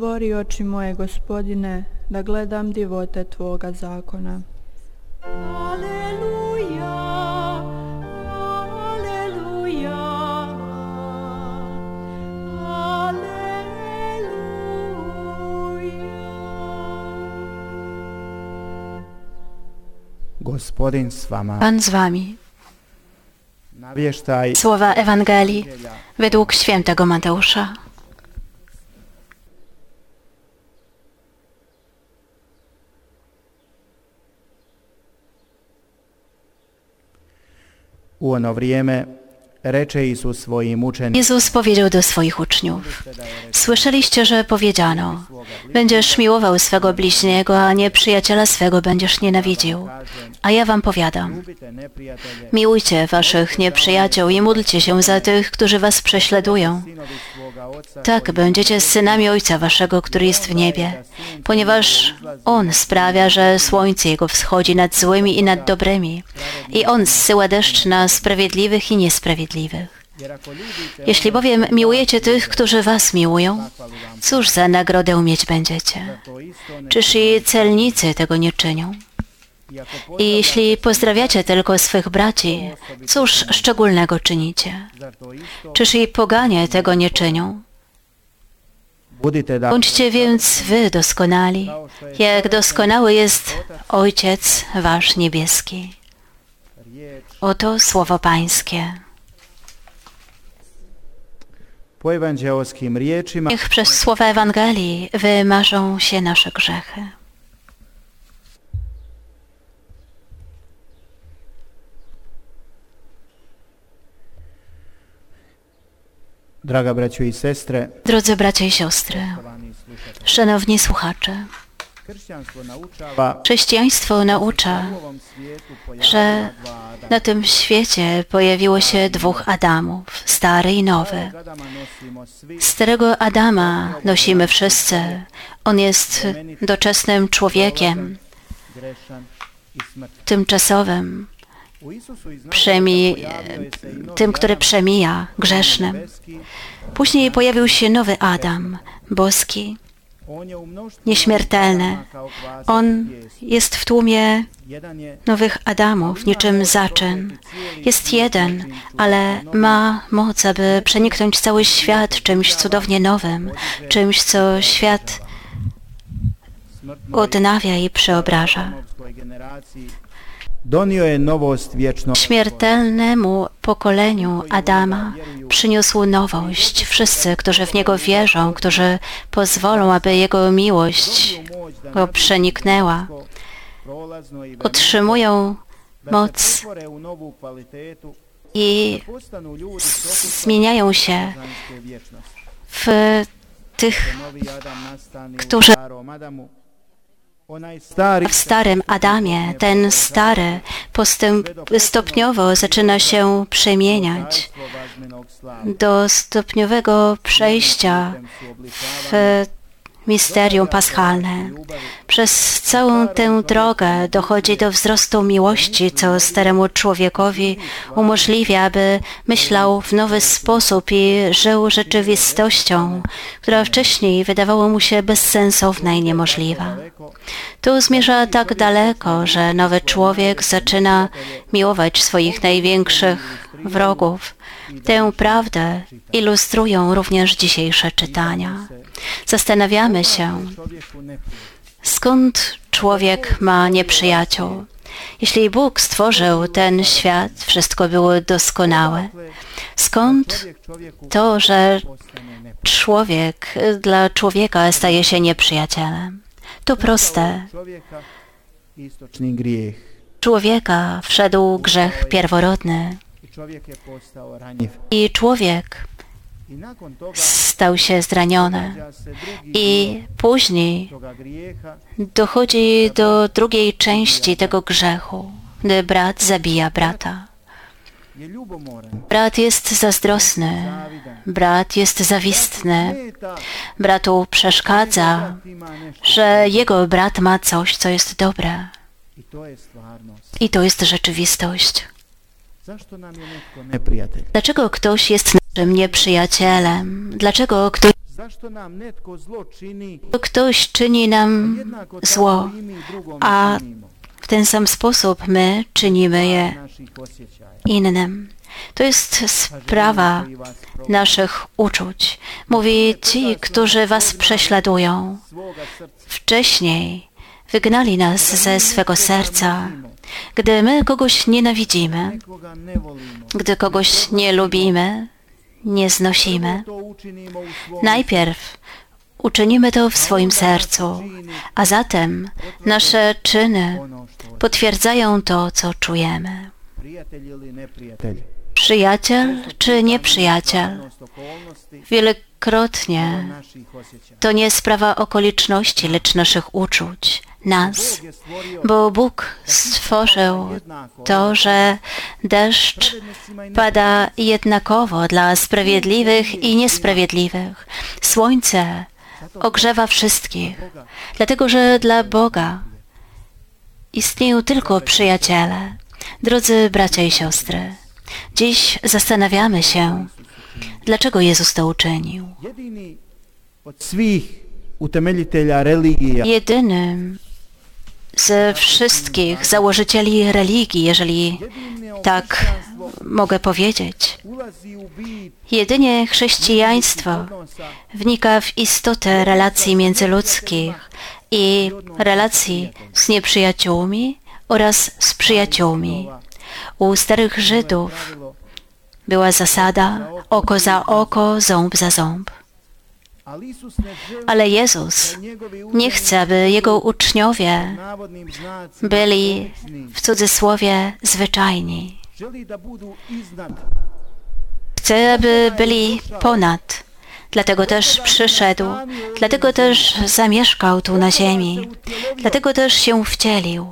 Otvori oči moje, Gospodine, da gledam divote Tvoga zakona. Aleluja, aleluja, aleluja. Gospodin s vama. Pan z wami. Navještaj Słowa Ewangelii według świętego Mateusza. U ono vrijeme reče Isus svojim učenicima: Jezus powiedział do swoich uczniów: Słyszeliście, że powiedziano: będziesz miłował swego bliźniego, a nieprzyjaciela swego będziesz nienawidził. A ja wam powiadam: miłujcie waszych nieprzyjaciół i módlcie się za tych, którzy was prześladują. Tak będziecie synami Ojca waszego, który jest w niebie, ponieważ On sprawia, że słońce Jego wschodzi nad złymi i nad dobrymi, i On zsyła deszcz na sprawiedliwych i niesprawiedliwych. Jeśli bowiem miłujecie tych, którzy was miłują, cóż za nagrodę mieć będziecie? Czyż i celnicy tego nie czynią? I jeśli pozdrawiacie tylko swych braci, cóż szczególnego czynicie? Czyż i poganie tego nie czynią? Bądźcie więc wy doskonali, jak doskonały jest Ojciec wasz niebieski. Oto słowo Pańskie. Po ewanđeoskim riječima Niech przez słowa Ewangelii wymarzą się nasze grzechy. Draga braćo i sestre, Drodzy bracia i siostry, szanowni słuchacze, chrześcijaństwo naucza, że na tym świecie pojawiło się dwóch Adamów, stary i nowy. Starego Adama nosimy wszyscy. On jest doczesnym człowiekiem, tymczasowym, tym, który przemija, grzesznym. Później pojawił się nowy Adam, boski, nieśmiertelny. On jest w tłumie nowych Adamów, niczym zaczyn. Jest jeden, ale ma moc, aby przeniknąć cały świat czymś cudownie nowym, czymś, co świat odnawia i przeobraża. Śmiertelnemu pokoleniu Adama przyniósł nowość. Wszyscy, którzy w Niego wierzą, którzy pozwolą, aby Jego miłość go przeniknęła, otrzymują moc i zmieniają się w tych, którzy w starym Adamie, ten stary stopniowo zaczyna się przemieniać do stopniowego przejścia w misterium paschalne. Przez całą tę drogę dochodzi do wzrostu miłości, co staremu człowiekowi umożliwia, aby myślał w nowy sposób i żył rzeczywistością, która wcześniej wydawała mu się bezsensowna i niemożliwa. Tu zmierza tak daleko, że nowy człowiek zaczyna miłować swoich największych wrogów. Tę prawdę ilustrują również dzisiejsze czytania. Zastanawiamy się, skąd człowiek ma nieprzyjaciół. Jeśli Bóg stworzył ten świat, wszystko było doskonałe. Skąd to, że człowiek dla człowieka staje się nieprzyjacielem? To proste. Człowieka wszedł grzech pierworodny i człowiek stał się zraniony. I później dochodzi do drugiej części tego grzechu, gdy brat zabija brata. Brat jest zazdrosny, brat jest zawistny, bratu przeszkadza, że jego brat ma coś, co jest dobre. I to jest rzeczywistość. Dlaczego ktoś jest naszym nieprzyjacielem? Dlaczego ktoś zašto nam netko zlo čini, Ktoś czyni nam jednako zło, tako i mi drugome a činimo. w ten sam sposób my czynimy je Naših osjećaja. innym. To jest sprawa naszych uczuć. Mówi, ci, którzy was prześladują, Svoga srca. wcześniej wygnali nas ze swego serca. Gdy my kogoś nienawidzimy, Nekoga ne volimo. gdy kogoś nie lubimy, nie znosimy, To učinimo u svom najpierw uczynimy to w swoim sercu, a zatem nasze czyny ono što potwierdzają to, co czujemy. prijatelj ili neprijatelj. Przyjaciel czy nieprzyjaciel? Odnosno okolnosti Wielokrotnie naših osjećaja. to nie sprawa okoliczności, lecz naszych uczuć, nas. Bog je stvorio Bo Bóg stworzył to, że deszcz pada jednakowo dla sprawiedliwych i niesprawiedliwych. Słońce ogrzewa wszystkich, dlatego że dla Boga istnieją tylko przyjaciele. Drodzy bracia i siostry, dziś zastanawiamy się, dlaczego Jezus to uczynił. jedini od svih utemeljitelja religija Jedynym ze wszystkich założycieli religii, jeżeli tak mogę powiedzieć, ulazi u bit jedynie chrześcijaństwo odnosa wnika w istotę relacji międzyludzkich i relacji z nieprzyjaciółmi oraz z przyjaciółmi. U starych Żydów pravilo, była zasada oko za oko, ząb za ząb. ali Isus ne želi Ale Jezus njegovi nie chce, aby Jego uczniowie navodnim znacima byli obični. w cudzysłowie zwyczajni. Želi da budu iznad. Chce, aby byli ponad. Dlatego też przyszedł, dlatego też zamieszkał tu na ziemi, dlatego też się wcielił,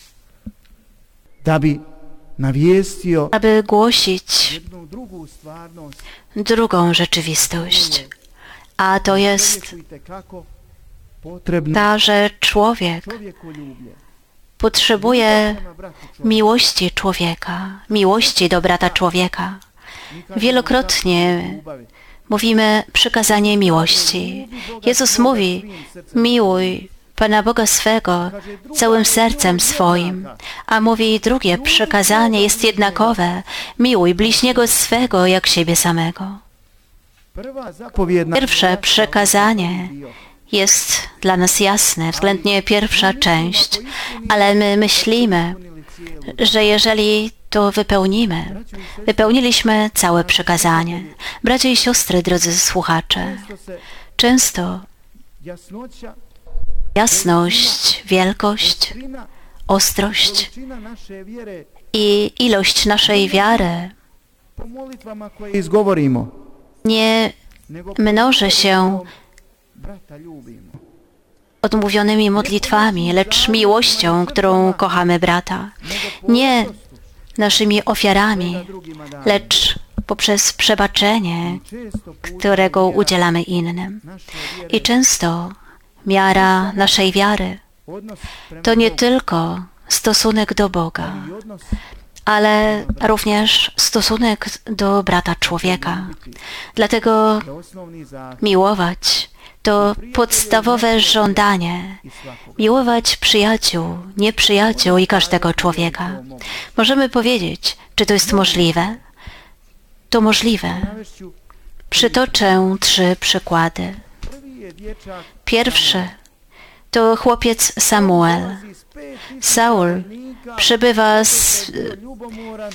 Da bi navijestio aby głosić jednu drugu stvarnost. drugą rzeczywistość. A to jest Čovjeku itekako potrebno ta, że człowiek čovjekoljublje. potrzebuje Prema bratu čovjeku. miłości człowieka, miłości do brata człowieka. Mi kažemo Wielokrotnie ljubavi. mówimy przykazanie miłości. Jezus mówi, miłuj Pana Boga swego całym sercem swoim. A mówi, drugie przykazanie jest jednakowe, miłuj bliźniego swego jak siebie samego. Prva zapovjedna Pierwsze przekazanie jest dla nas jasne, względnie pierwsza część, ale my myślimy, że jeżeli to wypełniliśmy całe przekazanie. Bracia i siostry, drodzy słuchacze, što se często jasnoća, jasność, wielkość, trina, ostrość količina naše vjere i ilość naszej wiary po molitvama koje izgovorimo, nie nego mnoży się brata ljubimo. odmówionymi modlitwami, lecz miłością, którą kochamy brata. Nie naszymi ofiarami, Drugima damo. lecz poprzez przebaczenie, Često puta którego udzielamy innym. naše vjere I często miara naszej wiary odnos prema to nie Bogu tylko stosunek do Boga, i odnos ale również stosunek do brata człowieka. Dlatego je osnovni zahtjev miłować to podstawowe żądanie. i svakog. Miłować przyjaciół, nieprzyjaciół i każdego człowieka. Możemy powiedzieć, czy to jest możliwe? To możliwe. Navešću, Przytoczę 3 przykłady. prvi je dječak Pierwszy to chłopiec Samuel. dolazi s 5000 Saul vojnika, przybywa z bio ljubomoran,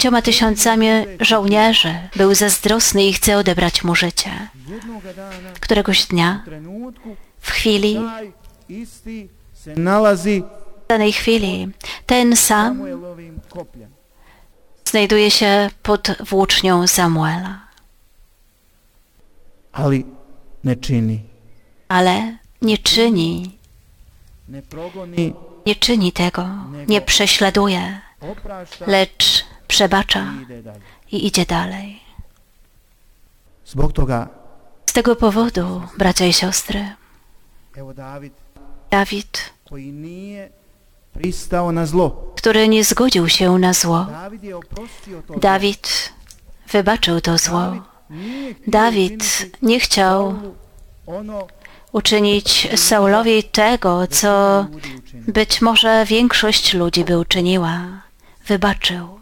5000 żołnierzy. Był zazdrosny i chce odebrać mu życie. jednoga dana, Któregoś dnia, u trenutku, w chwili, taj isti se nalazi w danej chwili, ten sam Samuelovim kopljem. znajduje się pod włócznią Samuela. Ali ne čini, Ale nie czyni tego, nie prześladuje, oprašta lecz przebacza i ide dalje. i idzie dalej. Zbog toga, Z tego powodu, bracia i siostry, evo Dawid, koji nije pristao na zlo. który nie zgodził się na zło, David je oprostio to zlo. Dawid wybaczył to zło. Nije htio Dawid učiniti nie chciał Saulu uczynić Saulowi tego, co być może większość ludzi by uczyniła. Wybaczył.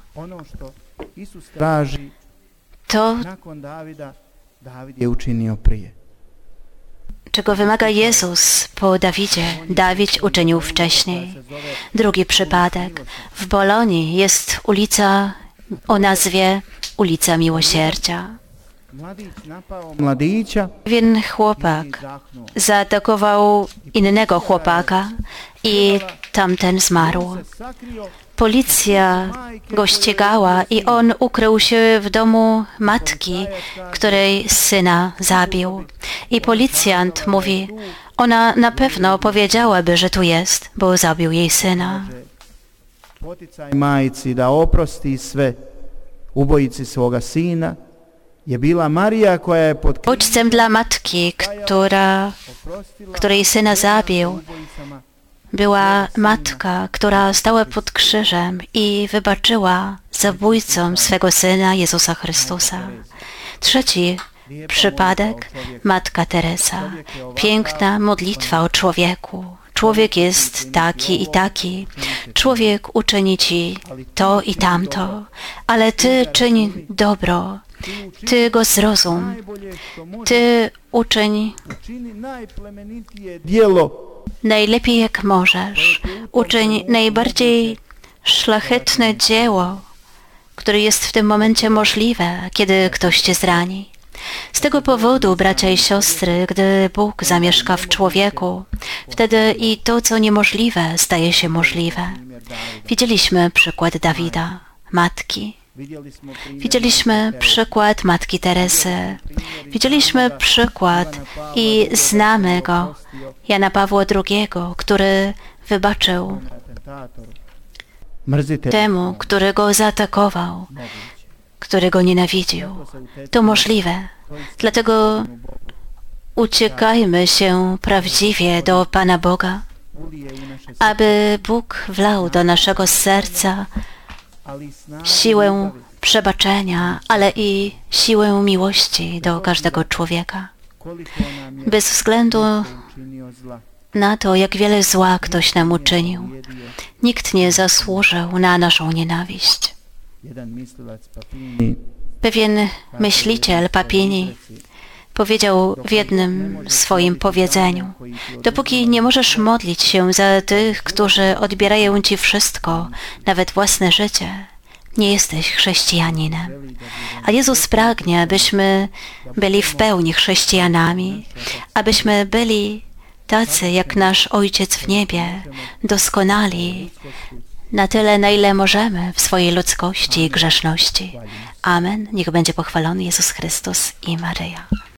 Traži To, nakon Davida, David je učinio prije. czego wymaga Jezus po Dawidzie, Dawid uczynił wcześniej. Drugi przypadek. W Bolonii jest ulica o nazwie Ulica Miłosierdzia. Mladić napao mladića, Pewien chłopak zaatakował innego chłopaka i tamten zmarł. sakrio Policja go ścigała i on ukrył się w domu matki, której syna zabił. I policjant mówi, ona na pewno powiedziałaby, że tu jest, bo zabił jej syna. poticaj majci da oprosti sve ubojici svoga sina je bila Marija koja je pod Bodźcem dla matki, której syna zabił, była matka, która stała pod krzyżem i wybaczyła zabójcom swego Syna Jezusa Chrystusa. Trzeci przypadek, Matka Teresa. Piękna modlitwa o człowieku. Człowiek jest taki i taki. Człowiek uczyni ci to i tamto, ale ty czyń dobro. Ty go zrozum. Ty uczyń učini najplemenitije djelo najlepiej jak możesz. Uczyń najbardziej szlachetne dzieło, które jest w tym momencie możliwe, kiedy ktoś cię zrani. Z tego powodu, bracia i siostry, gdy Bóg zamieszka w człowieku, wtedy i to, co niemożliwe, staje się możliwe. Widzieliśmy przykład Dawida, matki. Widzieliśmy przykład Matki Teresy. Widzieliśmy przykład i znamy go, Jana Pawła II, który wybaczył mrzite temu, który go zaatakował, który go nienawidził. To możliwe. Dlatego uciekajmy się prawdziwie do Pana Boga, ulije u naše aby Bóg wlał do naszego serca ali snagu siłę przebaczenia, ale i siłę miłości do każdego człowieka. koliko nam je Bez względu učinio zla. na to, jak wiele zła ktoś nam uczynił, nikt nie zasłużył na naszą nienawiść. Jedan mislilac Papini Pewien myśliciel Papini powiedział w jednym swoim powiedzeniu: dopóki nie możesz modlić się za tych, którzy odbierają ci wszystko, nawet własne życie, nie jesteś chrześcijaninem. A Jezus pragnie, abyśmy byli w pełni chrześcijanami, abyśmy byli tacy jak nasz Ojciec w niebie, doskonali, na tyle, na ile możemy w swojej ludzkości i grzeszności. Amen. Niech będzie pochwalony Jezus Chrystus i Maryja.